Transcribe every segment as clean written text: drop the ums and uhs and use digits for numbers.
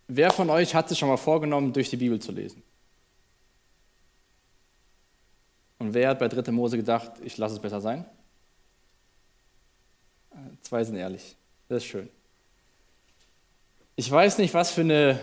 Wer von euch hat sich schon mal vorgenommen, durch die Bibel zu lesen? Und wer hat bei 3. Mose gedacht, ich lasse es besser sein? 2 sind ehrlich. Das ist schön. Ich weiß nicht, was für eine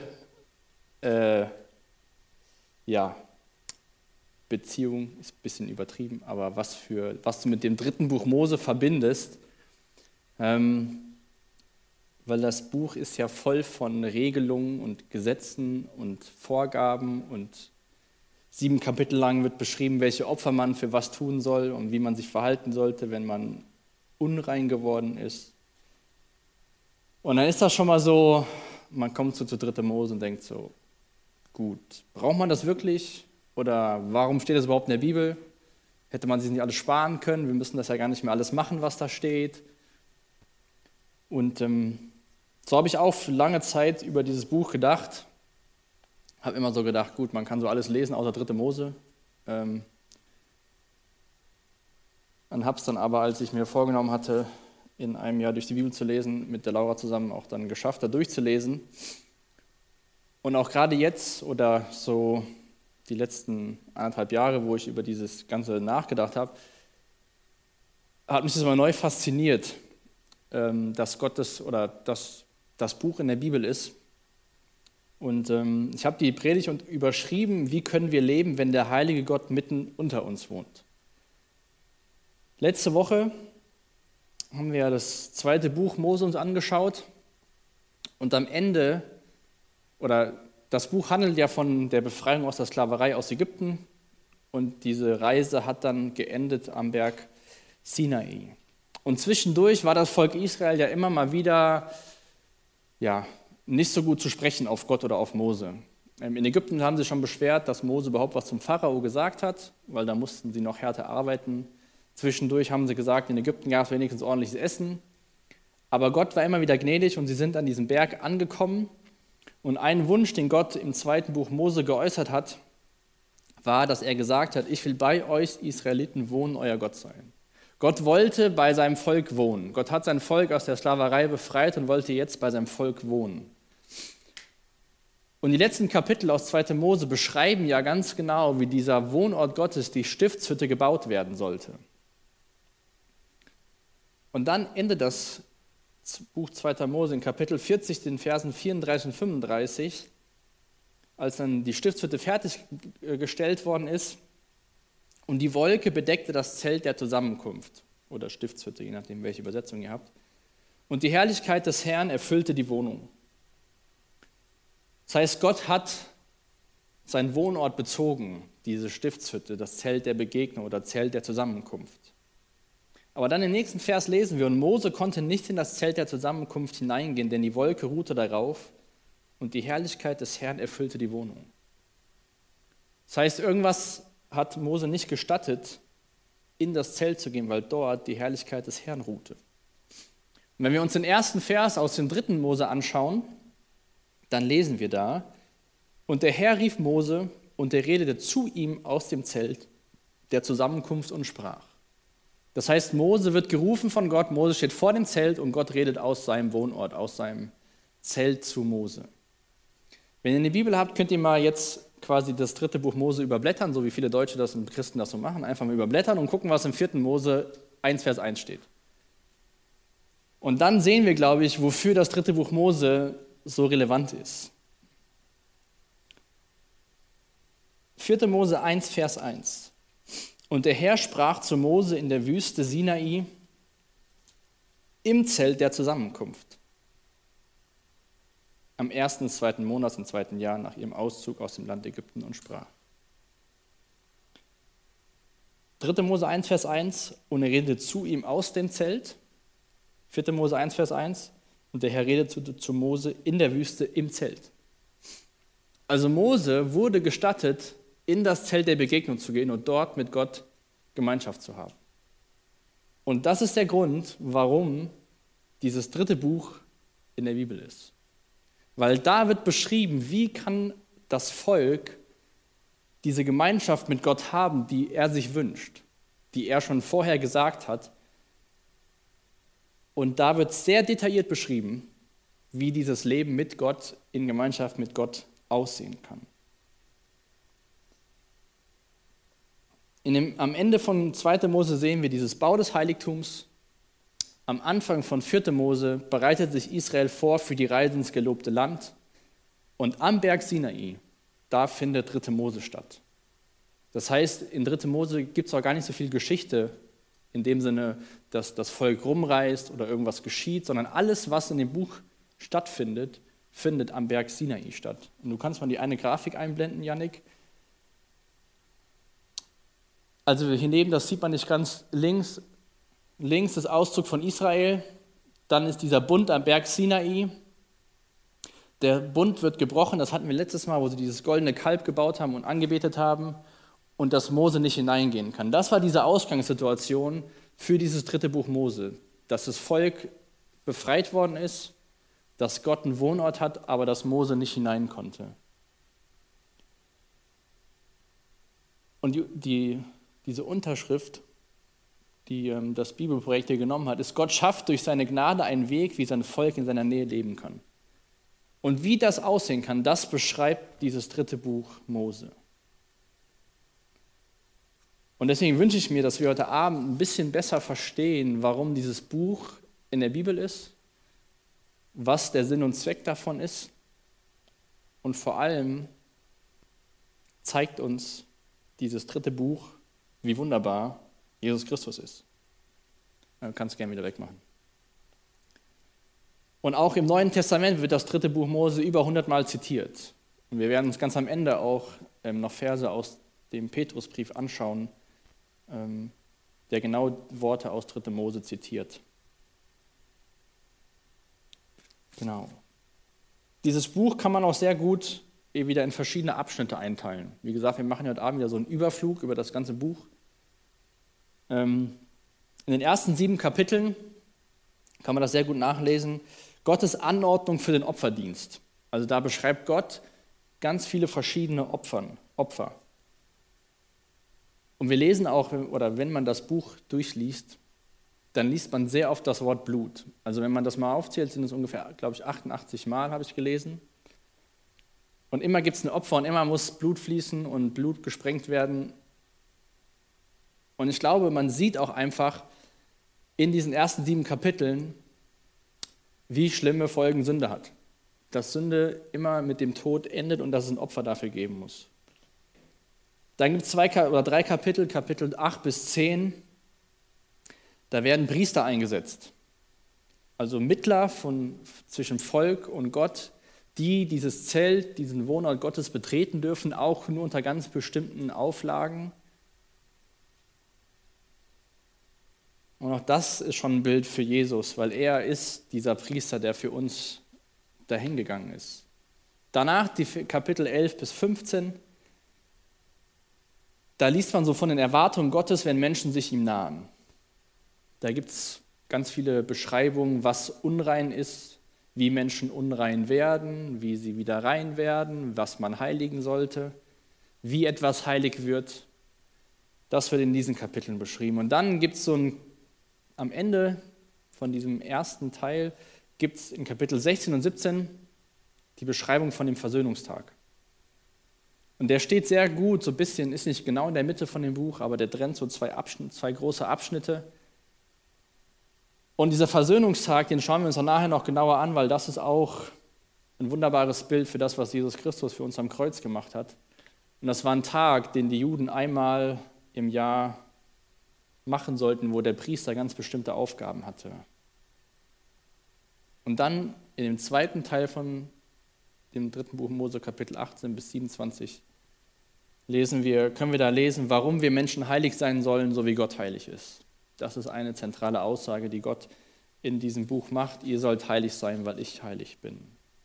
Beziehung, ist ein bisschen übertrieben, aber was du mit dem 3. Buch Mose verbindest, weil das Buch ist ja voll von Regelungen und Gesetzen und Vorgaben und 7 Kapitel lang wird beschrieben, welche Opfer man für was tun soll und wie man sich verhalten sollte, wenn man unrein geworden ist. Und dann ist das schon mal so, man kommt zu 3. Mose und denkt so, gut, braucht man das wirklich? Oder warum steht das überhaupt in der Bibel? Hätte man sich nicht alles sparen können? Wir müssen das ja gar nicht mehr alles machen, was da steht. Und so habe ich auch für lange Zeit über dieses Buch gedacht. Habe immer so gedacht, gut, man kann so alles lesen, außer 3. Mose. Und habe es dann aber, als ich mir vorgenommen hatte, in einem Jahr durch die Bibel zu lesen, mit der Laura zusammen auch dann geschafft, da durchzulesen. Und auch gerade jetzt oder so die letzten 1,5 Jahre, wo ich über dieses Ganze nachgedacht habe, hat mich das mal neu fasziniert, dass das Buch in der Bibel ist. Und ich habe die Predigt überschrieben, wie können wir leben, wenn der heilige Gott mitten unter uns wohnt. Letzte Woche haben wir das 2. Buch Mose uns angeschaut und am Ende, das Buch handelt ja von der Befreiung aus der Sklaverei aus Ägypten und diese Reise hat dann geendet am Berg Sinai. Und zwischendurch war das Volk Israel ja immer mal wieder nicht so gut zu sprechen auf Gott oder auf Mose. In Ägypten haben sie schon beschwert, dass Mose überhaupt was zum Pharao gesagt hat, weil da mussten sie noch härter arbeiten. Zwischendurch haben sie gesagt, in Ägypten gab es wenigstens ordentliches Essen. Aber Gott war immer wieder gnädig und sie sind an diesem Berg angekommen. Und ein Wunsch, den Gott im 2. Buch Mose geäußert hat, war, dass er gesagt hat, ich will bei euch Israeliten wohnen, euer Gott sein. Gott wollte bei seinem Volk wohnen. Gott hat sein Volk aus der Sklaverei befreit und wollte jetzt bei seinem Volk wohnen. Und die letzten Kapitel aus 2. Mose beschreiben ja ganz genau, wie dieser Wohnort Gottes, die Stiftshütte, gebaut werden sollte. Und dann endet das Buch 2. Mose in Kapitel 40, den Versen 34 und 35, als dann die Stiftshütte fertiggestellt worden ist und die Wolke bedeckte das Zelt der Zusammenkunft oder Stiftshütte, je nachdem, welche Übersetzung ihr habt. Und die Herrlichkeit des Herrn erfüllte die Wohnung. Das heißt, Gott hat seinen Wohnort bezogen, diese Stiftshütte, das Zelt der Begegnung oder Zelt der Zusammenkunft. Aber dann im nächsten Vers lesen wir, und Mose konnte nicht in das Zelt der Zusammenkunft hineingehen, denn die Wolke ruhte darauf und die Herrlichkeit des Herrn erfüllte die Wohnung. Das heißt, irgendwas hat Mose nicht gestattet, in das Zelt zu gehen, weil dort die Herrlichkeit des Herrn ruhte. Und wenn wir uns den ersten Vers aus dem 3. Mose anschauen, dann lesen wir da, und der Herr rief Mose, und er redete zu ihm aus dem Zelt der Zusammenkunft und sprach. Das heißt, Mose wird gerufen von Gott, Mose steht vor dem Zelt und Gott redet aus seinem Wohnort, aus seinem Zelt zu Mose. Wenn ihr eine Bibel habt, könnt ihr mal jetzt quasi das 3. Buch Mose überblättern, so wie viele Deutsche das und Christen das so machen, einfach mal überblättern und gucken, was im 4. Mose 1, Vers 1 steht. Und dann sehen wir, glaube ich, wofür das 3. Buch Mose so relevant ist. 4. Mose 1, Vers 1. Und der Herr sprach zu Mose in der Wüste Sinai im Zelt der Zusammenkunft. Am 1. und 2. Monat im 2. Jahr nach ihrem Auszug aus dem Land Ägypten und sprach. 3. Mose 1, Vers 1. Und er redete zu ihm aus dem Zelt. 4. Mose 1, Vers 1. Und der Herr redete zu Mose in der Wüste im Zelt. Also Mose wurde gestattet, in das Zelt der Begegnung zu gehen und dort mit Gott Gemeinschaft zu haben. Und das ist der Grund, warum dieses 3. Buch in der Bibel ist. Weil da wird beschrieben, wie kann das Volk diese Gemeinschaft mit Gott haben, die er sich wünscht, die er schon vorher gesagt hat. Und da wird sehr detailliert beschrieben, wie dieses Leben mit Gott, in Gemeinschaft mit Gott aussehen kann. Am Ende von 2. Mose sehen wir dieses Bau des Heiligtums. Am Anfang von 4. Mose bereitet sich Israel vor für die Reise ins gelobte Land. Und am Berg Sinai, da findet 3. Mose statt. Das heißt, in 3. Mose gibt es auch gar nicht so viel Geschichte, in dem Sinne, dass das Volk rumreist oder irgendwas geschieht, sondern alles, was in dem Buch stattfindet, findet am Berg Sinai statt. Und du kannst mal die eine Grafik einblenden, Yannick. Also hier neben, das sieht man nicht ganz links. Links ist Auszug von Israel, dann ist dieser Bund am Berg Sinai. Der Bund wird gebrochen, das hatten wir letztes Mal, wo sie dieses goldene Kalb gebaut haben und angebetet haben und dass Mose nicht hineingehen kann. Das war diese Ausgangssituation für dieses 3. Buch Mose, dass das Volk befreit worden ist, dass Gott einen Wohnort hat, aber dass Mose nicht hinein konnte. Und diese Unterschrift, die das Bibelprojekt hier genommen hat, ist: Gott schafft durch seine Gnade einen Weg, wie sein Volk in seiner Nähe leben kann. Und wie das aussehen kann, das beschreibt dieses 3. Buch Mose. Und deswegen wünsche ich mir, dass wir heute Abend ein bisschen besser verstehen, warum dieses Buch in der Bibel ist, was der Sinn und Zweck davon ist und vor allem zeigt uns dieses 3. Buch, wie wunderbar Jesus Christus ist. Du kannst gerne wieder wegmachen. Und auch im Neuen Testament wird das 3. Buch Mose über 100 Mal zitiert. Und wir werden uns ganz am Ende auch noch Verse aus dem Petrusbrief anschauen, der genau Worte aus 3. Mose zitiert. Genau. Dieses Buch kann man auch sehr gut wieder in verschiedene Abschnitte einteilen. Wie gesagt, wir machen heute Abend wieder so einen Überflug über das ganze Buch. In den ersten 7 Kapiteln kann man das sehr gut nachlesen. Gottes Anordnung für den Opferdienst. Also da beschreibt Gott ganz viele verschiedene Opfer. Und wir lesen auch, oder wenn man das Buch durchliest, dann liest man sehr oft das Wort Blut. Also wenn man das mal aufzählt, sind es ungefähr, glaube ich, 88 Mal, habe ich gelesen. Und immer gibt es ein Opfer und immer muss Blut fließen und Blut gesprengt werden. Und ich glaube, man sieht auch einfach in diesen ersten 7 Kapiteln, wie schlimme Folgen Sünde hat. Dass Sünde immer mit dem Tod endet und dass es ein Opfer dafür geben muss. Dann gibt es 2 oder 3 Kapitel, Kapitel 8 bis 10, da werden Priester eingesetzt. Also Mittler zwischen Volk und Gott, die dieses Zelt, diesen Wohnort Gottes betreten dürfen, auch nur unter ganz bestimmten Auflagen. Und auch das ist schon ein Bild für Jesus, weil er ist dieser Priester, der für uns dahingegangen ist. Danach die Kapitel 11 bis 15, da liest man so von den Erwartungen Gottes, wenn Menschen sich ihm nahen. Da gibt es ganz viele Beschreibungen, was unrein ist, wie Menschen unrein werden, wie sie wieder rein werden, was man heiligen sollte, wie etwas heilig wird. Das wird in diesen Kapiteln beschrieben. Und dann gibt es am Ende von diesem ersten Teil, gibt es in Kapitel 16 und 17 die Beschreibung von dem Versöhnungstag. Und der steht sehr gut, so ein bisschen, ist nicht genau in der Mitte von dem Buch, aber der trennt so 2 große Abschnitte. Und dieser Versöhnungstag, den schauen wir uns auch nachher noch genauer an, weil das ist auch ein wunderbares Bild für das, was Jesus Christus für uns am Kreuz gemacht hat. Und das war ein Tag, den die Juden einmal im Jahr machen sollten, wo der Priester ganz bestimmte Aufgaben hatte. Und dann in dem zweiten Teil von dem 3. Buch Mose, Kapitel 18 bis 27, können wir da lesen, warum wir Menschen heilig sein sollen, so wie Gott heilig ist. Das ist eine zentrale Aussage, die Gott in diesem Buch macht. Ihr sollt heilig sein, weil ich heilig bin.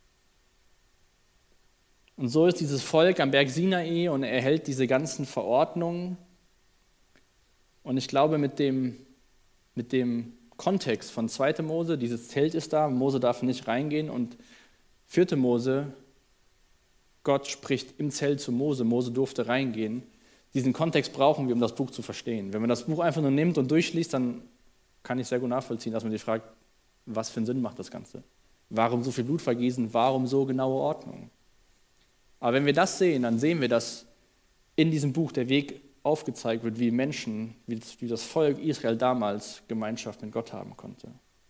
Und so ist dieses Volk am Berg Sinai und er erhält diese ganzen Verordnungen. Und ich glaube, mit dem Kontext von 2. Mose, dieses Zelt ist da, Mose darf nicht reingehen, und 4. Mose, Gott spricht im Zelt zu Mose, Mose durfte reingehen. Diesen Kontext brauchen wir, um das Buch zu verstehen. Wenn man das Buch einfach nur nimmt und durchliest, dann kann ich sehr gut nachvollziehen, dass man sich fragt, was für einen Sinn macht das Ganze. Warum so viel Blutvergießen? Warum so genaue Ordnung? Aber wenn wir das sehen, dann sehen wir, dass in diesem Buch der Weg aufgezeigt wird, wie Menschen, wie das Volk Israel damals Gemeinschaft mit Gott haben konnte.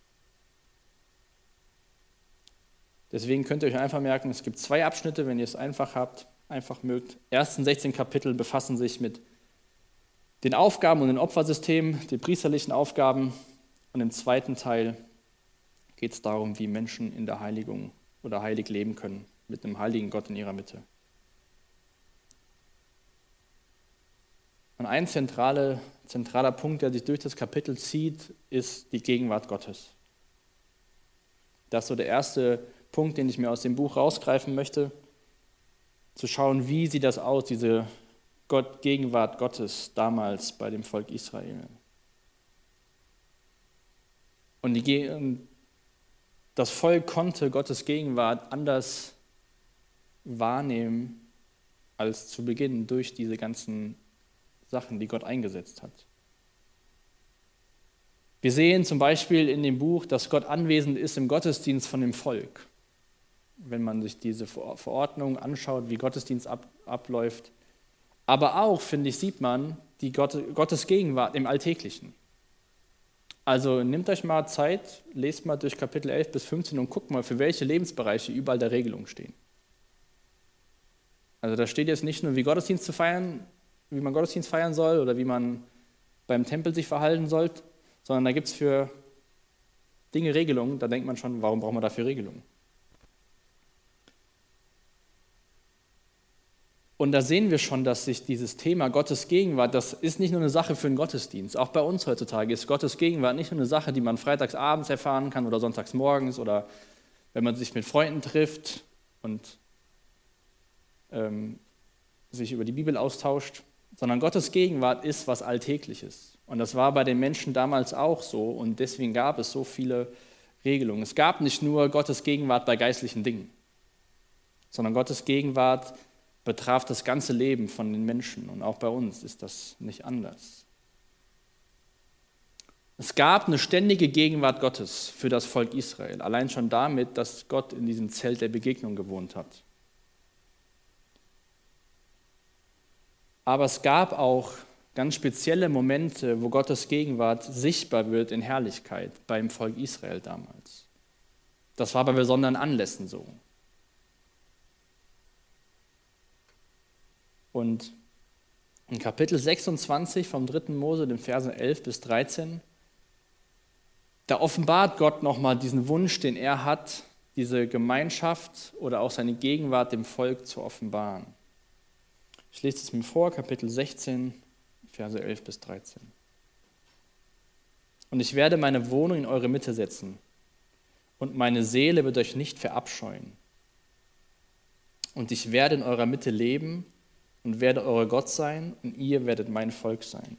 Deswegen könnt ihr euch einfach merken, es gibt 2 Abschnitte, wenn ihr es einfach habt, einfach mögt. Die ersten 16 Kapitel befassen sich mit den Aufgaben und den Opfersystemen, den priesterlichen Aufgaben. Und im zweiten Teil geht es darum, wie Menschen in der Heiligung oder heilig leben können, mit einem heiligen Gott in ihrer Mitte. Und ein zentraler Punkt, der sich durch das Kapitel zieht, ist die Gegenwart Gottes. Das ist so der erste Punkt, den ich mir aus dem Buch rausgreifen möchte, zu schauen, wie sieht das aus, diese Gegenwart Gottes damals bei dem Volk Israel. Und das Volk konnte Gottes Gegenwart anders wahrnehmen als zu Beginn durch diese ganzen Sachen, die Gott eingesetzt hat. Wir sehen zum Beispiel in dem Buch, dass Gott anwesend ist im Gottesdienst von dem Volk. Wenn man sich diese Verordnung anschaut, wie Gottesdienst abläuft. Aber auch, finde ich, sieht man die Gottes Gegenwart im Alltäglichen. Also nehmt euch mal Zeit, lest mal durch Kapitel 11 bis 15 und guckt mal, für welche Lebensbereiche überall der Regelungen stehen. Also da steht jetzt nicht nur, wie man Gottesdienst feiern soll oder wie man beim Tempel sich verhalten soll, sondern da gibt es für Dinge Regelungen, da denkt man schon, warum braucht man dafür Regelungen? Und da sehen wir schon, dass sich dieses Thema Gottes Gegenwart, das ist nicht nur eine Sache für einen Gottesdienst. Auch bei uns heutzutage ist Gottes Gegenwart nicht nur eine Sache, die man freitags abends erfahren kann oder sonntags morgens oder wenn man sich mit Freunden trifft und sich über die Bibel austauscht, sondern Gottes Gegenwart ist was Alltägliches. Und das war bei den Menschen damals auch so und deswegen gab es so viele Regelungen. Es gab nicht nur Gottes Gegenwart bei geistlichen Dingen, sondern Gottes Gegenwart betraf das ganze Leben von den Menschen und auch bei uns ist das nicht anders. Es gab eine ständige Gegenwart Gottes für das Volk Israel, allein schon damit, dass Gott in diesem Zelt der Begegnung gewohnt hat. Aber es gab auch ganz spezielle Momente, wo Gottes Gegenwart sichtbar wird in Herrlichkeit beim Volk Israel damals. Das war bei besonderen Anlässen so. Und in Kapitel 26 vom 3. Mose, den Versen 11 bis 13, da offenbart Gott nochmal diesen Wunsch, den er hat, diese Gemeinschaft oder auch seine Gegenwart dem Volk zu offenbaren. Ich lese es mir vor, Kapitel 16, Verse 11 bis 13. Und ich werde meine Wohnung in eure Mitte setzen und meine Seele wird euch nicht verabscheuen. Und ich werde in eurer Mitte leben und werde euer Gott sein und ihr werdet mein Volk sein.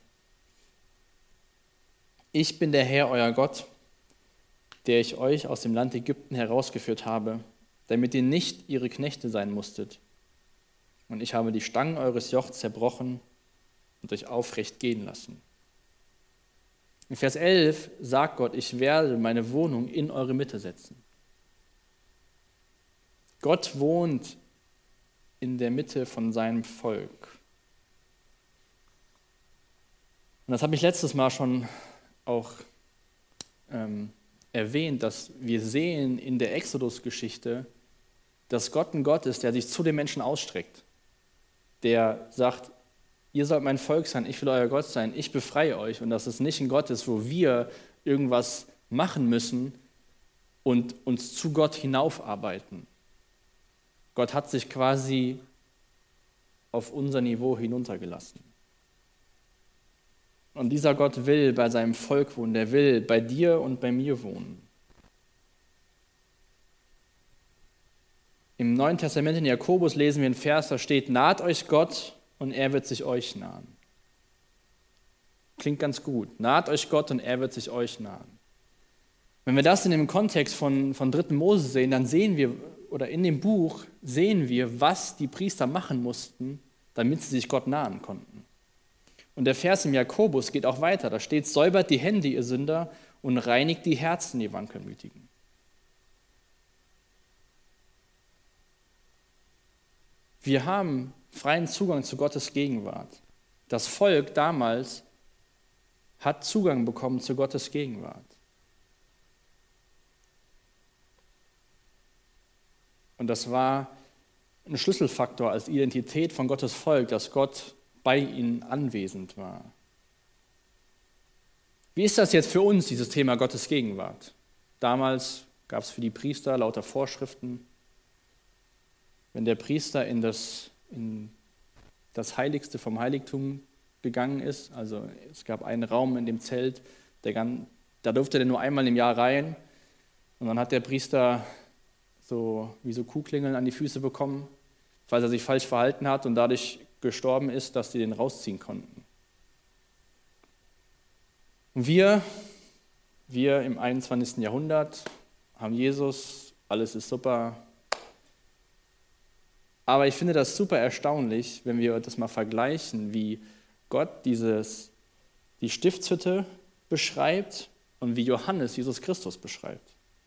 Ich bin der Herr, euer Gott, der ich euch aus dem Land Ägypten herausgeführt habe, damit ihr nicht ihre Knechte sein musstet. Und ich habe die Stangen eures Jochs zerbrochen und euch aufrecht gehen lassen. In Vers 11 sagt Gott, ich werde meine Wohnung in eure Mitte setzen. Gott wohnt in der Mitte von seinem Volk. Und das habe ich letztes Mal schon auch erwähnt, dass wir sehen in der Exodus-Geschichte, dass Gott ein Gott ist, der sich zu den Menschen ausstreckt. Der sagt, ihr sollt mein Volk sein, ich will euer Gott sein, ich befreie euch. Und dass es nicht ein Gott ist, wo wir irgendwas machen müssen und uns zu Gott hinaufarbeiten. Gott hat sich quasi auf unser Niveau hinuntergelassen. Und dieser Gott will bei seinem Volk wohnen, der will bei dir und bei mir wohnen. Im Neuen Testament in Jakobus lesen wir einen Vers, da steht, naht euch Gott und er wird sich euch nahen. Klingt ganz gut. Naht euch Gott und er wird sich euch nahen. Wenn wir das in dem Kontext von 3. Mose sehen, dann sehen wir, oder in dem Buch sehen wir, was die Priester machen mussten, damit sie sich Gott nahen konnten. Und der Vers im Jakobus geht auch weiter. Da steht, säubert die Hände, ihr Sünder, und reinigt die Herzen, ihr Wankelmütigen. Wir haben freien Zugang zu Gottes Gegenwart. Das Volk damals hat Zugang bekommen zu Gottes Gegenwart. Und das war ein Schlüsselfaktor als Identität von Gottes Volk, dass Gott bei ihnen anwesend war. Wie ist das jetzt für uns, dieses Thema Gottes Gegenwart? Damals gab es für die Priester lauter Vorschriften. Wenn der Priester in das Heiligste vom Heiligtum gegangen ist, also es gab einen Raum in dem Zelt, da durfte er nur einmal im Jahr rein und dann hat der Priester so Kuhklingeln an die Füße bekommen, falls er sich falsch verhalten hat und dadurch gestorben ist, dass sie den rausziehen konnten. Und wir im 21. Jahrhundert haben Jesus, alles ist super. Aber ich finde das super erstaunlich, wenn wir das mal vergleichen, wie Gott die Stiftshütte beschreibt und wie Johannes Jesus Christus beschreibt.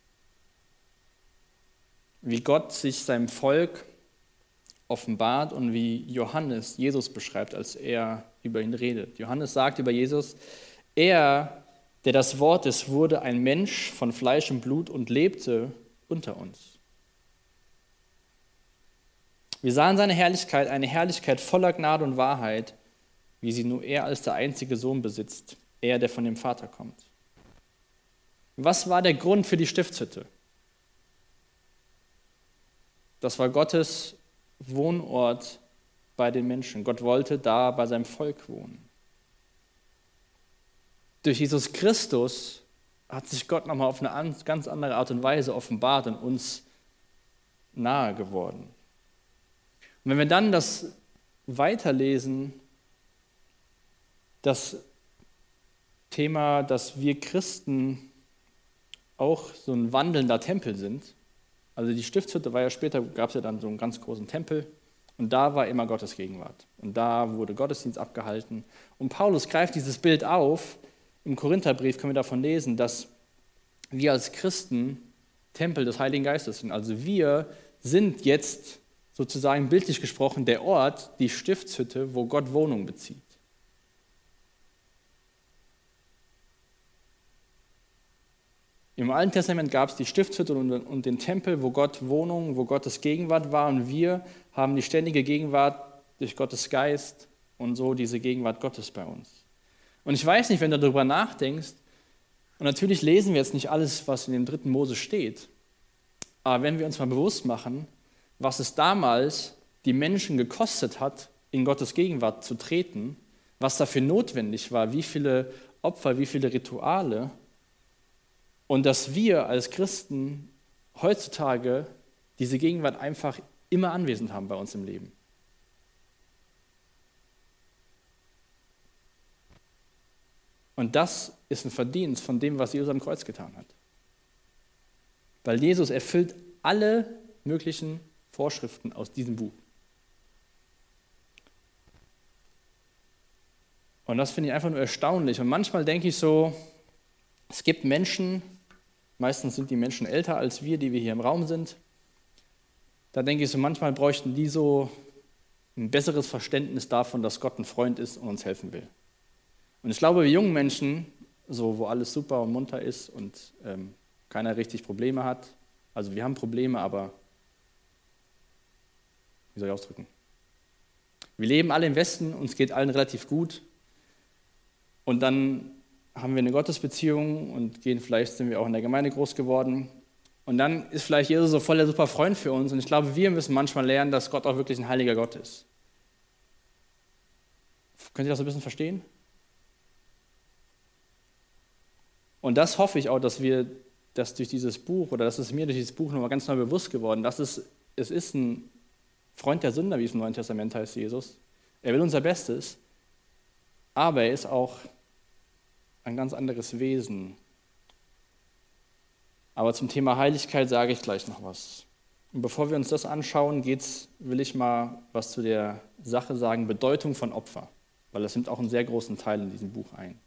Wie Gott sich seinem Volk offenbart und wie Johannes Jesus beschreibt, als er über ihn redet. Johannes sagt über Jesus, er, der das Wort ist, wurde ein Mensch von Fleisch und Blut und lebte unter uns. Wir sahen seine Herrlichkeit, eine Herrlichkeit voller Gnade und Wahrheit, wie sie nur er als der einzige Sohn besitzt, er, der von dem Vater kommt. Was war der Grund für die Stiftshütte? Das war Gottes Wohnort bei den Menschen. Gott wollte da bei seinem Volk wohnen. Durch Jesus Christus hat sich Gott nochmal auf eine ganz andere Art und Weise offenbart und uns nahe geworden. Und wenn wir dann das weiterlesen, das Thema, dass wir Christen auch so ein wandelnder Tempel sind, also die Stiftshütte war ja später, gab es ja dann so einen ganz großen Tempel und da war immer Gottes Gegenwart. Und da wurde Gottesdienst abgehalten. Und Paulus greift dieses Bild auf. Im Korintherbrief können wir davon lesen, dass wir als Christen Tempel des Heiligen Geistes sind. Also wir sind jetzt sozusagen bildlich gesprochen der Ort, die Stiftshütte, wo Gott Wohnung bezieht. Im Alten Testament gab es die Stiftshütte und den Tempel, wo Gott Wohnung, wo Gottes Gegenwart war. Und wir haben die ständige Gegenwart durch Gottes Geist und so diese Gegenwart Gottes bei uns. Und ich weiß nicht, wenn du darüber nachdenkst, und natürlich lesen wir jetzt nicht alles, was in dem 3. Mose steht, aber wenn wir uns mal bewusst machen, was es damals die Menschen gekostet hat, in Gottes Gegenwart zu treten, was dafür notwendig war, wie viele Opfer, wie viele Rituale, und dass wir als Christen heutzutage diese Gegenwart einfach immer anwesend haben bei uns im Leben. Und das ist ein Verdienst von dem, was Jesus am Kreuz getan hat. Weil Jesus erfüllt alle möglichen Vorschriften aus diesem Buch. Und das finde ich einfach nur erstaunlich. Und manchmal denke ich so, es gibt Menschen, meistens sind die Menschen älter als wir, die wir hier im Raum sind. Da denke ich so, manchmal bräuchten die so ein besseres Verständnis davon, dass Gott ein Freund ist und uns helfen will. Und ich glaube, wir jungen Menschen, so wo alles super und munter ist und keiner richtig Probleme hat, also wir haben Probleme, aber wie soll ich ausdrücken? Wir leben alle im Westen, uns geht allen relativ gut und dann haben wir eine Gottesbeziehung und sind wir auch in der Gemeinde groß geworden. Und dann ist vielleicht Jesus so voll der super Freund für uns. Und ich glaube, wir müssen manchmal lernen, dass Gott auch wirklich ein heiliger Gott ist. Könnt ihr das ein bisschen verstehen? Und das hoffe ich auch, dass wir das durch dieses Buch, oder das ist mir durch dieses Buch nochmal ganz neu bewusst geworden, dass es ist ein Freund der Sünder, wie es im Neuen Testament heißt, Jesus. Er will unser Bestes, aber er ist auch ein ganz anderes Wesen. Aber zum Thema Heiligkeit sage ich gleich noch was. Und bevor wir uns das anschauen, will ich mal was zu der Sache sagen, Bedeutung von Opfer, weil das nimmt auch einen sehr großen Teil in diesem Buch ein.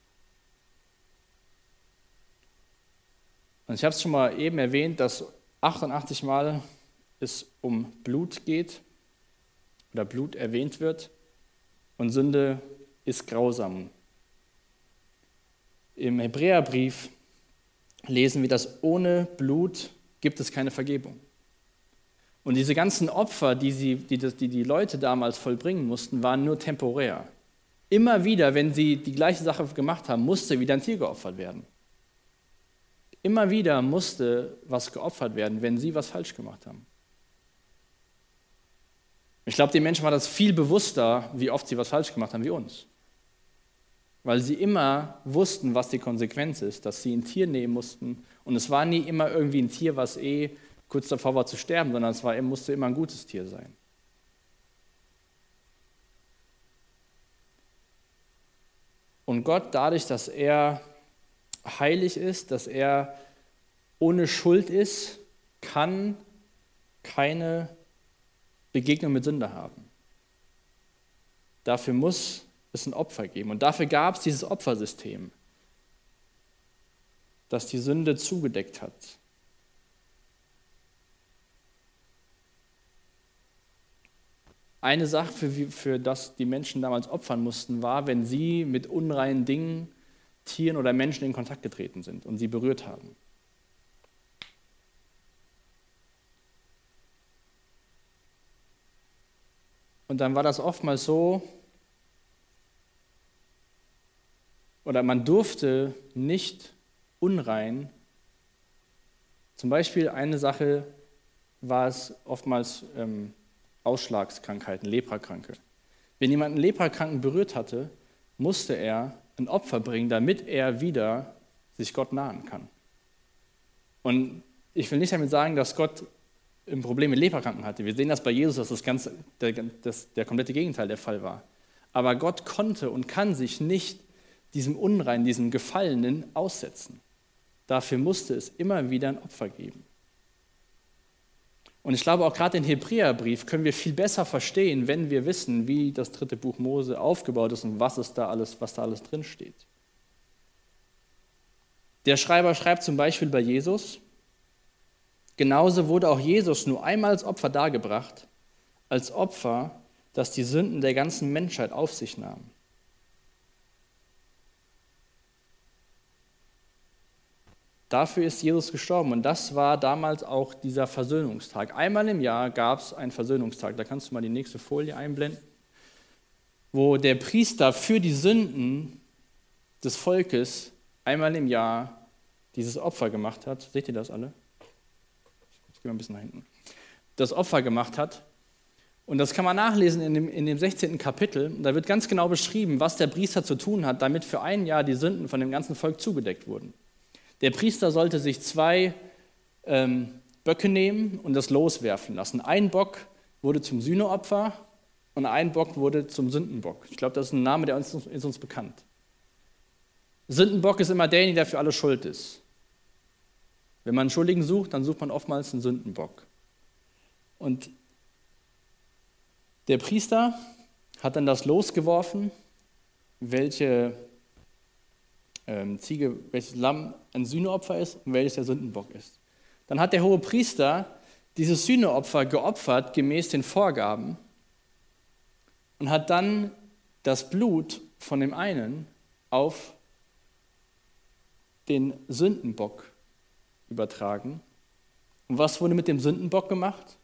Und ich habe es schon mal eben erwähnt, dass 88 Mal es um Blut geht. oder Blut erwähnt wird. Und Sünde ist grausam. Im Hebräerbrief lesen wir, dass ohne Blut gibt es keine Vergebung. Und diese ganzen Opfer, die Leute damals vollbringen mussten, waren nur temporär. Immer wieder, wenn sie die gleiche Sache gemacht haben, musste wieder ein Tier geopfert werden. Immer wieder musste was geopfert werden, wenn sie was falsch gemacht haben. Ich glaube, den Menschen war das viel bewusster, wie oft sie was falsch gemacht haben, wie uns. Weil sie immer wussten, was die Konsequenz ist, dass sie ein Tier nehmen mussten. Und es war nie immer irgendwie ein Tier, was kurz davor war zu sterben, sondern musste immer ein gutes Tier sein. Und Gott, dadurch, dass er heilig ist, dass er ohne Schuld ist, kann keine Begegnung mit Sünde haben. Dafür muss es ein Opfer geben. Und dafür gab es dieses Opfersystem, das die Sünde zugedeckt hat. Eine Sache, für das die Menschen damals opfern mussten, war, wenn sie mit unreinen Dingen, Tieren oder Menschen in Kontakt getreten sind und sie berührt haben. Und dann war das oftmals so, oder man durfte nicht unrein, zum Beispiel eine Sache war es oftmals Ausschlagskrankheiten, Leprakranke. Wenn jemand einen Leprakranken berührt hatte, musste er ein Opfer bringen, damit er wieder sich Gott nahen kann. Und ich will nicht damit sagen, dass Gott ein Problem mit Leprakranken hatte. Wir sehen das bei Jesus, dass der komplette Gegenteil der Fall war. Aber Gott konnte und kann sich nicht diesem Unreinen, diesem Gefallenen aussetzen. Dafür musste es immer wieder ein Opfer geben. Und ich glaube, auch gerade den Hebräerbrief können wir viel besser verstehen, wenn wir wissen, wie das 3. Buch Mose aufgebaut ist und was da alles drin steht. Der Schreiber schreibt zum Beispiel bei Jesus: Genauso wurde auch Jesus nur einmal als Opfer dargebracht, als Opfer, das die Sünden der ganzen Menschheit auf sich nahm. Dafür ist Jesus gestorben und das war damals auch dieser Versöhnungstag. Einmal im Jahr gab es einen Versöhnungstag, da kannst du mal die nächste Folie einblenden, wo der Priester für die Sünden des Volkes einmal im Jahr dieses Opfer gemacht hat. Seht ihr das alle? Ich gehe mal ein bisschen nach hinten. Das Opfer gemacht hat. Und das kann man nachlesen in dem 16. Kapitel. Da wird ganz genau beschrieben, was der Priester zu tun hat, damit für ein Jahr die Sünden von dem ganzen Volk zugedeckt wurden. Der Priester sollte sich 2 Böcke nehmen und das loswerfen lassen. Ein Bock wurde zum Sühneopfer und ein Bock wurde zum Sündenbock. Ich glaube, das ist ein Name, der ist uns bekannt. Sündenbock ist immer derjenige, der für alle schuld ist. Wenn man einen Schuldigen sucht, dann sucht man oftmals einen Sündenbock. Und der Priester hat dann das losgeworfen, welche Ziege, welches Lamm ein Sühneopfer ist und welches der Sündenbock ist. Dann hat der hohe Priester dieses Sühneopfer geopfert, gemäß den Vorgaben, und hat dann das Blut von dem einen auf den Sündenbock übertragen. Und was wurde mit dem Sündenbock gemacht?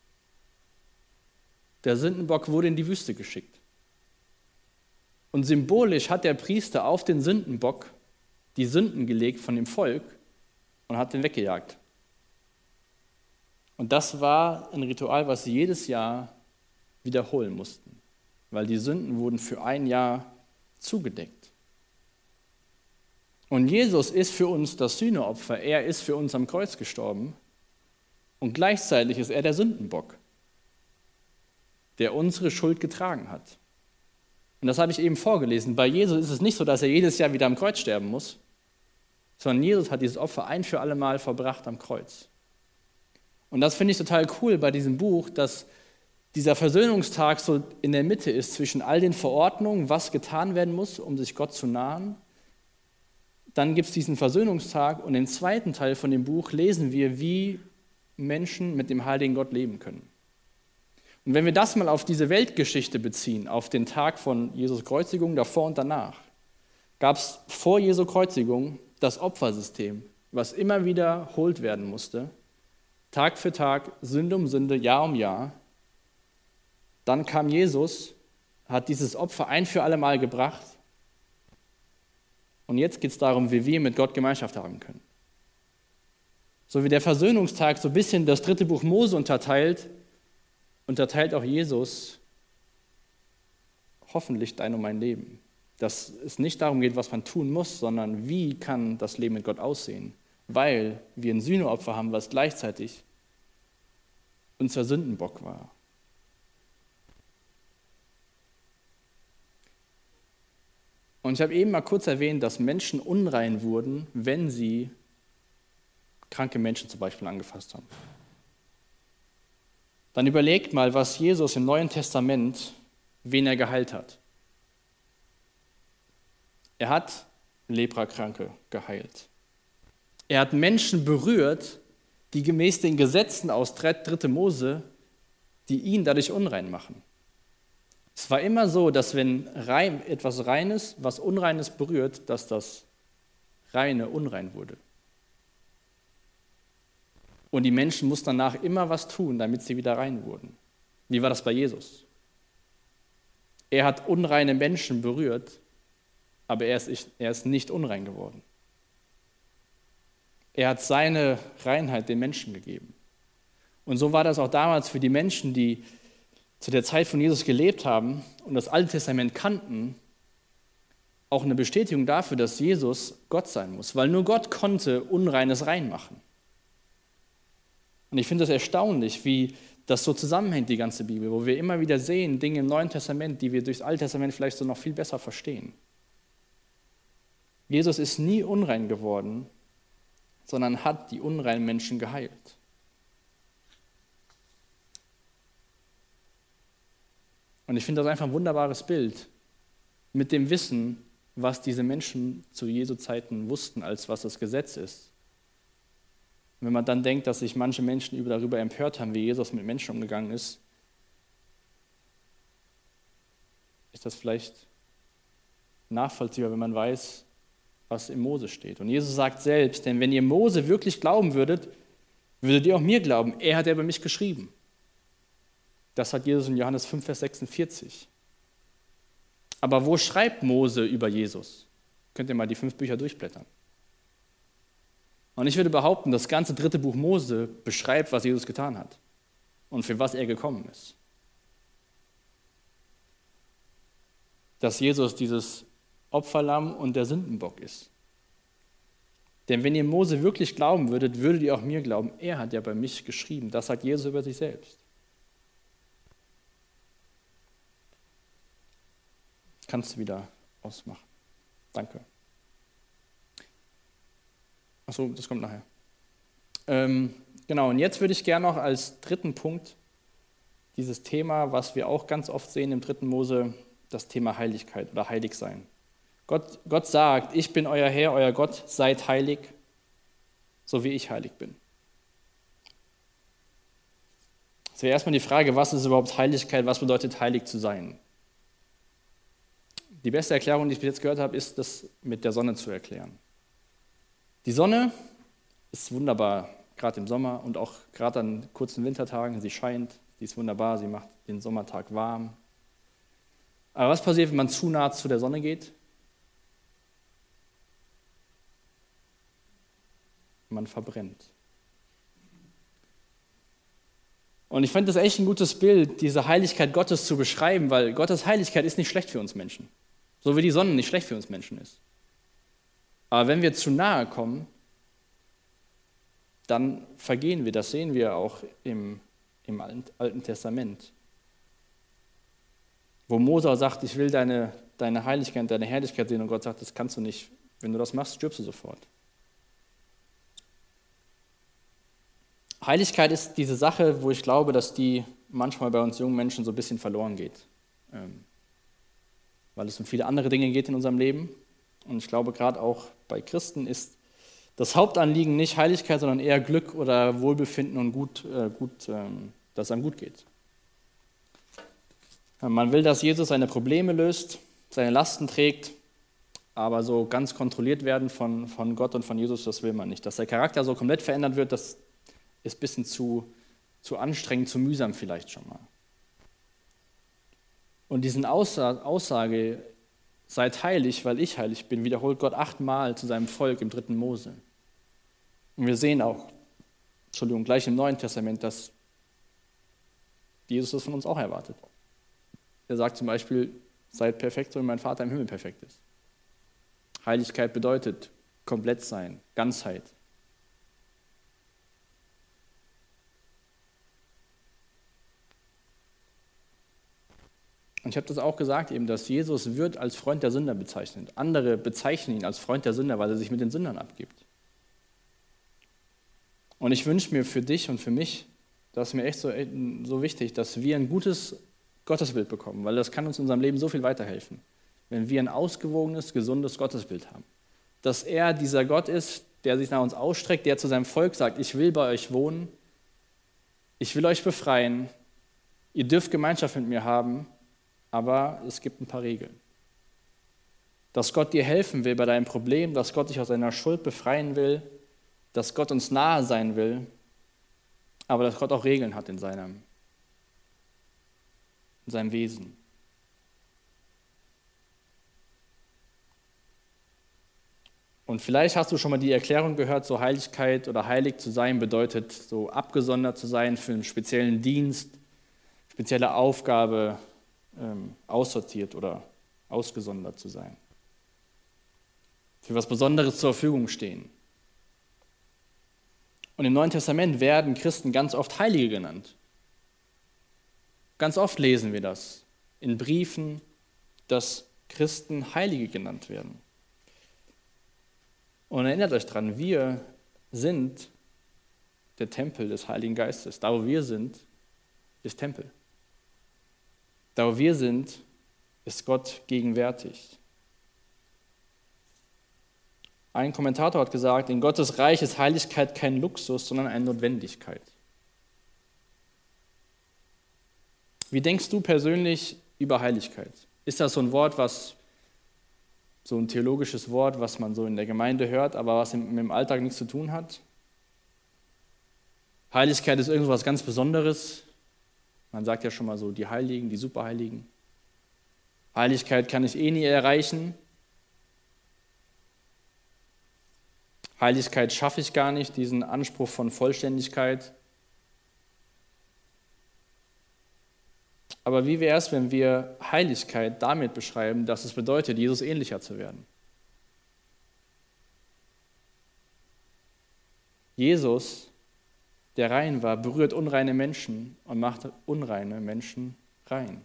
Der Sündenbock wurde in die Wüste geschickt. Und symbolisch hat der Priester auf den Sündenbock die Sünden gelegt von dem Volk und hat den weggejagt. Und das war ein Ritual, was sie jedes Jahr wiederholen mussten, weil die Sünden wurden für ein Jahr zugedeckt. Und Jesus ist für uns das Sühneopfer, er ist für uns am Kreuz gestorben und gleichzeitig ist er der Sündenbock, der unsere Schuld getragen hat. Und das habe ich eben vorgelesen. Bei Jesus ist es nicht so, dass er jedes Jahr wieder am Kreuz sterben muss, sondern Jesus hat dieses Opfer ein für alle Mal verbracht am Kreuz. Und das finde ich total cool bei diesem Buch, dass dieser Versöhnungstag so in der Mitte ist zwischen all den Verordnungen, was getan werden muss, um sich Gott zu nahen. Dann gibt es diesen Versöhnungstag und im zweiten Teil von dem Buch lesen wir, wie Menschen mit dem heiligen Gott leben können. Und wenn wir das mal auf diese Weltgeschichte beziehen, auf den Tag von Jesus Kreuzigung, davor und danach, gab es vor Jesu Kreuzigung das Opfersystem, was immer wiederholt werden musste, Tag für Tag, Sünde um Sünde, Jahr um Jahr. Dann kam Jesus, hat dieses Opfer ein für alle Mal gebracht. Und jetzt geht es darum, wie wir mit Gott Gemeinschaft haben können. So wie der Versöhnungstag so ein bisschen das 3. Buch Mose unterteilt auch Jesus hoffentlich dein und mein Leben. Dass es nicht darum geht, was man tun muss, sondern wie kann das Leben mit Gott aussehen. Weil wir ein Sühneopfer haben, was gleichzeitig unser Sündenbock war. Und ich habe eben mal kurz erwähnt, dass Menschen unrein wurden, wenn sie kranke Menschen zum Beispiel angefasst haben. Dann überlegt mal, was Jesus im Neuen Testament, wen er geheilt hat. Er hat Leprakranke geheilt. Er hat Menschen berührt, die gemäß den Gesetzen aus 3. Mose, die ihn dadurch unrein machen. Es war immer so, dass wenn etwas Reines, was Unreines berührt, dass das Reine unrein wurde. Und die Menschen mussten danach immer was tun, damit sie wieder rein wurden. Wie war das bei Jesus? Er hat unreine Menschen berührt, aber er ist nicht unrein geworden. Er hat seine Reinheit den Menschen gegeben. Und so war das auch damals für die Menschen, die zu der Zeit von Jesus gelebt haben und das Alte Testament kannten, auch eine Bestätigung dafür, dass Jesus Gott sein muss, weil nur Gott konnte Unreines reinmachen. Und ich finde das erstaunlich, wie das so zusammenhängt, die ganze Bibel, wo wir immer wieder sehen, Dinge im Neuen Testament, die wir durchs Alte Testament vielleicht so noch viel besser verstehen. Jesus ist nie unrein geworden, sondern hat die unreinen Menschen geheilt. Und ich finde das einfach ein wunderbares Bild mit dem Wissen, was diese Menschen zu Jesu Zeiten wussten, als was das Gesetz ist. Und wenn man dann denkt, dass sich manche Menschen darüber empört haben, wie Jesus mit Menschen umgegangen ist, ist das vielleicht nachvollziehbar, wenn man weiß, was in Mose steht. Und Jesus sagt selbst, denn wenn ihr Mose wirklich glauben würdet, würdet ihr auch mir glauben. Er hat ja über mich geschrieben. Das hat Jesus in Johannes 5, Vers 46. Aber wo schreibt Mose über Jesus? Könnt ihr mal die 5 Bücher durchblättern. Und ich würde behaupten, das ganze 3. Buch Mose beschreibt, was Jesus getan hat und für was er gekommen ist. Dass Jesus dieses Opferlamm und der Sündenbock ist. Denn wenn ihr Mose wirklich glauben würdet, würdet ihr auch mir glauben. Er hat ja bei mich geschrieben. Das sagt Jesus über sich selbst. Kannst du wieder ausmachen. Danke. Achso, das kommt nachher. Genau, und jetzt würde ich gerne noch als 3. Punkt dieses Thema, was wir auch ganz oft sehen im 3. Mose, das Thema Heiligkeit oder Heiligsein. Gott sagt, ich bin euer Herr, euer Gott, seid heilig, so wie ich heilig bin. Das wäre erstmal die Frage, was ist überhaupt Heiligkeit, was bedeutet heilig zu sein? Die beste Erklärung, die ich bis jetzt gehört habe, ist, das mit der Sonne zu erklären. Die Sonne ist wunderbar, gerade im Sommer und auch gerade an kurzen Wintertagen. Sie scheint, sie ist wunderbar, sie macht den Sommertag warm. Aber was passiert, wenn man zu nah zu der Sonne geht? Man verbrennt. Und ich finde das echt ein gutes Bild, diese Heiligkeit Gottes zu beschreiben, weil Gottes Heiligkeit ist nicht schlecht für uns Menschen. So wie die Sonne nicht schlecht für uns Menschen ist. Aber wenn wir zu nahe kommen, dann vergehen wir. Das sehen wir auch im Alten Testament. Wo Mose sagt, ich will deine Heiligkeit, deine Herrlichkeit sehen. Und Gott sagt, das kannst du nicht. Wenn du das machst, stirbst du sofort. Heiligkeit ist diese Sache, wo ich glaube, dass die manchmal bei uns jungen Menschen so ein bisschen verloren geht. Weil es um viele andere Dinge geht in unserem Leben. Und ich glaube, gerade auch bei Christen ist das Hauptanliegen nicht Heiligkeit, sondern eher Glück oder Wohlbefinden und dass es einem gut geht. Man will, dass Jesus seine Probleme löst, seine Lasten trägt, aber so ganz kontrolliert werden von Gott und von Jesus, das will man nicht. Dass der Charakter so komplett verändert wird, das ist ein bisschen zu anstrengend, zu mühsam vielleicht schon mal. Und diesen Aussage, seid heilig, weil ich heilig bin, wiederholt Gott 8-mal zu seinem Volk im 3. Mose. Und wir sehen auch, gleich im Neuen Testament, dass Jesus das von uns auch erwartet. Er sagt zum Beispiel, seid perfekt, so wie mein Vater im Himmel perfekt ist. Heiligkeit bedeutet komplett sein, Ganzheit. Und ich habe das auch gesagt, eben, dass Jesus wird als Freund der Sünder bezeichnet. Andere bezeichnen ihn als Freund der Sünder, weil er sich mit den Sündern abgibt. Und ich wünsche mir für dich und für mich, das ist mir echt so wichtig, dass wir ein gutes Gottesbild bekommen, weil das kann uns in unserem Leben so viel weiterhelfen, wenn wir ein ausgewogenes, gesundes Gottesbild haben. Dass er dieser Gott ist, der sich nach uns ausstreckt, der zu seinem Volk sagt, ich will bei euch wohnen, ich will euch befreien, ihr dürft Gemeinschaft mit mir haben, aber es gibt ein paar Regeln. Dass Gott dir helfen will bei deinem Problem, dass Gott dich aus deiner Schuld befreien will, dass Gott uns nahe sein will, aber dass Gott auch Regeln hat in seinem Wesen. Und vielleicht hast du schon mal die Erklärung gehört, so Heiligkeit oder heilig zu sein bedeutet, so abgesondert zu sein für einen speziellen Dienst, spezielle Aufgabe, aussortiert oder ausgesondert zu sein. Für was Besonderes zur Verfügung stehen. Und im Neuen Testament werden Christen ganz oft Heilige genannt. Ganz oft lesen wir das in Briefen, dass Christen Heilige genannt werden. Und erinnert euch dran, wir sind der Tempel des Heiligen Geistes. Da, wo wir sind, ist Tempel. Da, wo wir sind, ist Gott gegenwärtig. Ein Kommentator hat gesagt, in Gottes Reich ist Heiligkeit kein Luxus, sondern eine Notwendigkeit. Wie denkst du persönlich über Heiligkeit? Ist das so ein Wort, so ein theologisches Wort, was man so in der Gemeinde hört, aber was mit dem Alltag nichts zu tun hat? Heiligkeit ist irgendwas ganz Besonderes. Man sagt ja schon mal so, die Heiligen, die Superheiligen. Heiligkeit kann ich eh nie erreichen. Heiligkeit schaffe ich gar nicht, diesen Anspruch von Vollständigkeit. Aber wie wäre es, wenn wir Heiligkeit damit beschreiben, dass es bedeutet, Jesus ähnlicher zu werden? Jesus, der rein war, berührt unreine Menschen und macht unreine Menschen rein.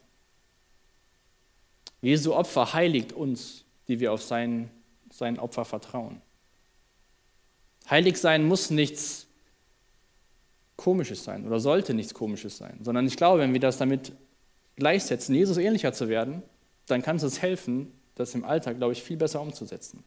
Jesu Opfer heiligt uns, die wir auf sein Opfer vertrauen. Heilig sein muss nichts Komisches sein oder sollte nichts Komisches sein, sondern ich glaube, wenn wir das damit gleichsetzen, Jesus ähnlicher zu werden, dann kann es uns helfen, das im Alltag, glaube ich, viel besser umzusetzen.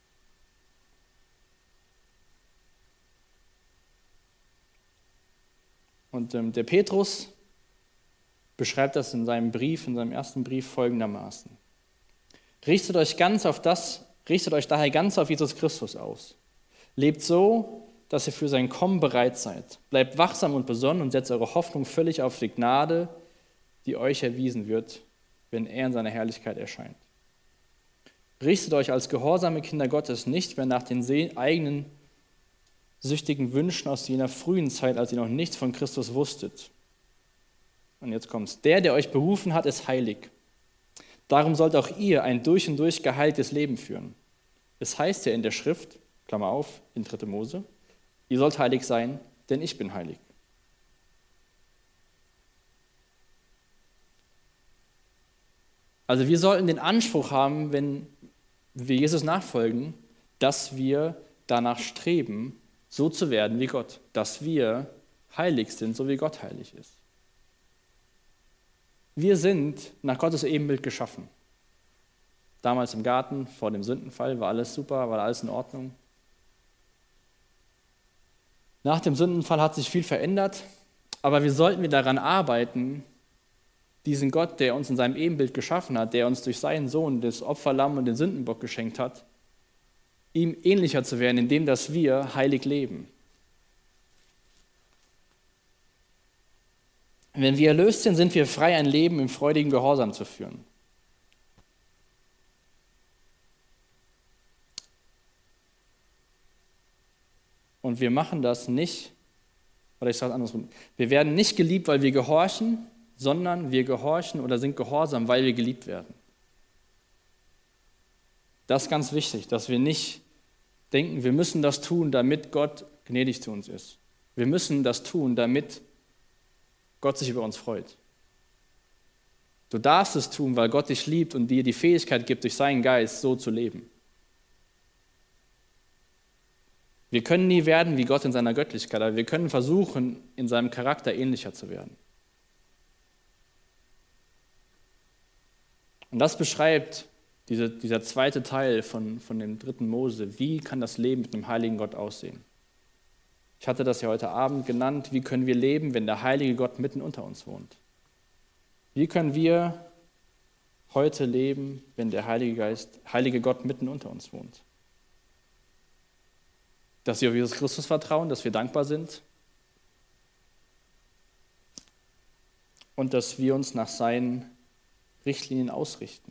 Und der Petrus beschreibt das in seinem ersten Brief folgendermaßen. Richtet euch daher ganz auf Jesus Christus aus. Lebt so, dass ihr für sein Kommen bereit seid. Bleibt wachsam und besonnen und setzt eure Hoffnung völlig auf die Gnade, die euch erwiesen wird, wenn er in seiner Herrlichkeit erscheint. Richtet euch als gehorsame Kinder Gottes nicht mehr nach den eigenen süchtigen Wünschen aus jener frühen Zeit, als ihr noch nichts von Christus wusstet. Und jetzt kommt's. Der euch berufen hat, ist heilig. Darum sollt auch ihr ein durch und durch geheiltes Leben führen. Es heißt ja in der Schrift, Klammer auf, in 3. Mose, ihr sollt heilig sein, denn ich bin heilig. Also wir sollten den Anspruch haben, wenn wir Jesus nachfolgen, dass wir danach streben, so zu werden wie Gott, dass wir heilig sind, so wie Gott heilig ist. Wir sind nach Gottes Ebenbild geschaffen. Damals im Garten, vor dem Sündenfall, war alles super, war alles in Ordnung. Nach dem Sündenfall hat sich viel verändert, aber wir sollten daran arbeiten, diesen Gott, der uns in seinem Ebenbild geschaffen hat, der uns durch seinen Sohn das Opferlamm und den Sündenbock geschenkt hat, ihm ähnlicher zu werden, indem dass wir heilig leben. Wenn wir erlöst sind, sind wir frei, ein Leben im freudigen Gehorsam zu führen. Und wir machen das nicht, oder ich sage es andersrum, wir werden nicht geliebt, weil wir gehorchen, sondern wir gehorchen oder sind gehorsam, weil wir geliebt werden. Das ist ganz wichtig, dass wir nicht denken, wir müssen das tun, damit Gott gnädig zu uns ist. Wir müssen das tun, damit Gott sich über uns freut. Du darfst es tun, weil Gott dich liebt und dir die Fähigkeit gibt, durch seinen Geist so zu leben. Wir können nie werden wie Gott in seiner Göttlichkeit, aber wir können versuchen, in seinem Charakter ähnlicher zu werden. Und das beschreibt dieser zweite Teil von dem 3. Mose. Wie kann das Leben mit dem heiligen Gott aussehen? Ich hatte das ja heute Abend genannt. Wie können wir leben, wenn der heilige Gott mitten unter uns wohnt? Wie können wir heute leben, wenn der heilige Gott mitten unter uns wohnt? Dass wir auf Jesus Christus vertrauen, dass wir dankbar sind und dass wir uns nach seinen Richtlinien ausrichten.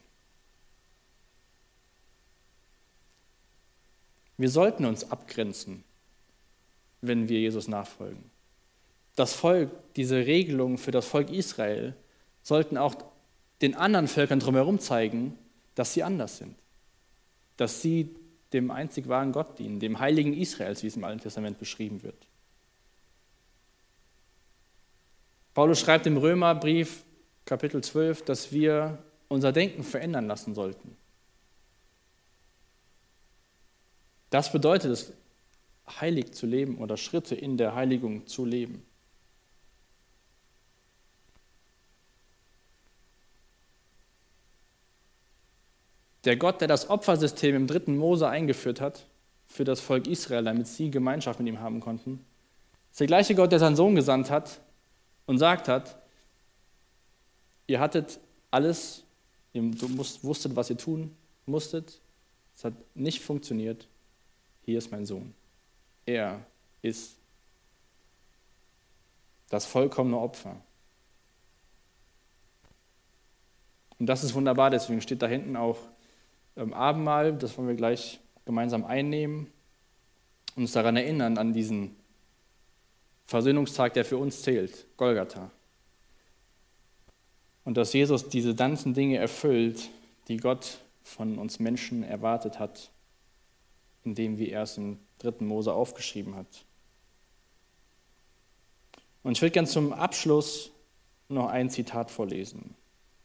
Wir sollten uns abgrenzen, wenn wir Jesus nachfolgen. Das Volk, diese Regelungen für das Volk Israel sollten auch den anderen Völkern drumherum zeigen, dass sie anders sind, dass sie dem einzig wahren Gott dienen, dem Heiligen Israels, wie es im Alten Testament beschrieben wird. Paulus schreibt im Römerbrief, Kapitel 12, dass wir unser Denken verändern lassen sollten. Das bedeutet es, heilig zu leben oder Schritte in der Heiligung zu leben. Der Gott, der das Opfersystem im 3. Mose eingeführt hat, für das Volk Israel, damit sie Gemeinschaft mit ihm haben konnten, ist der gleiche Gott, der seinen Sohn gesandt hat und sagt hat, ihr hattet alles, ihr wusstet, was ihr tun musstet, es hat nicht funktioniert, hier ist mein Sohn. Er ist das vollkommene Opfer. Und das ist wunderbar, deswegen steht da hinten auch Abendmahl, das wollen wir gleich gemeinsam einnehmen und uns daran erinnern, an diesen Versöhnungstag, der für uns zählt, Golgatha. Und dass Jesus diese ganzen Dinge erfüllt, die Gott von uns Menschen erwartet hat, indem wie er es im 3. Mose aufgeschrieben hat. Und ich würde gerne zum Abschluss noch ein Zitat vorlesen.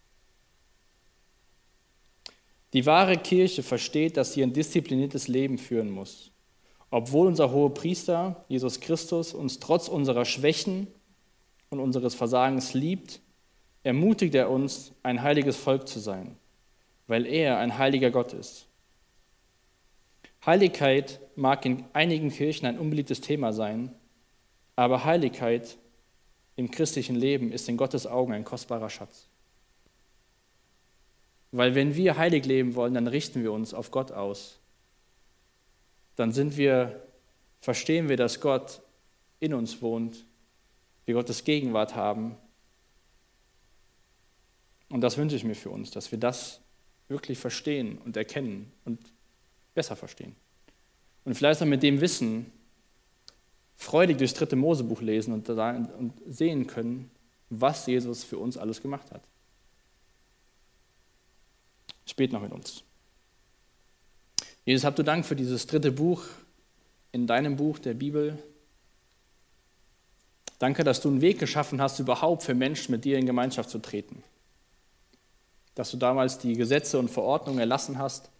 Die wahre Kirche versteht, dass sie ein diszipliniertes Leben führen muss. Obwohl unser Hohepriester, Jesus Christus, uns trotz unserer Schwächen und unseres Versagens liebt, ermutigt er uns, ein heiliges Volk zu sein, weil er ein heiliger Gott ist. Heiligkeit mag in einigen Kirchen ein unbeliebtes Thema sein, aber Heiligkeit im christlichen Leben ist in Gottes Augen ein kostbarer Schatz. Weil wenn wir heilig leben wollen, dann richten wir uns auf Gott aus. Dann verstehen wir, dass Gott in uns wohnt, wir Gottes Gegenwart haben. Und das wünsche ich mir für uns, dass wir das wirklich verstehen und erkennen und besser verstehen. Und vielleicht auch mit dem Wissen freudig durchs 3. Mosebuch lesen und sehen können, was Jesus für uns alles gemacht hat. Ich bete noch mit uns. Jesus, habt du Dank für dieses 3. Buch in deinem Buch der Bibel. Danke, dass du einen Weg geschaffen hast, überhaupt für Menschen mit dir in Gemeinschaft zu treten. Dass du damals die Gesetze und Verordnungen erlassen hast,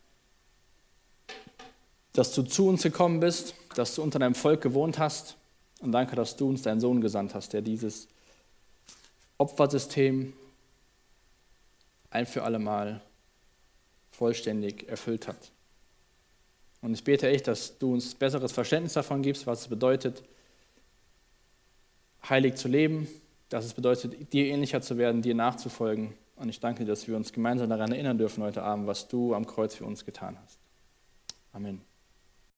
dass du zu uns gekommen bist, dass du unter deinem Volk gewohnt hast. Und danke, dass du uns deinen Sohn gesandt hast, der dieses Opfersystem ein für alle Mal vollständig erfüllt hat. Und ich bete echt, dass du uns besseres Verständnis davon gibst, was es bedeutet, heilig zu leben, dass es bedeutet, dir ähnlicher zu werden, dir nachzufolgen. Und ich danke dir, dass wir uns gemeinsam daran erinnern dürfen heute Abend, was du am Kreuz für uns getan hast. Amen.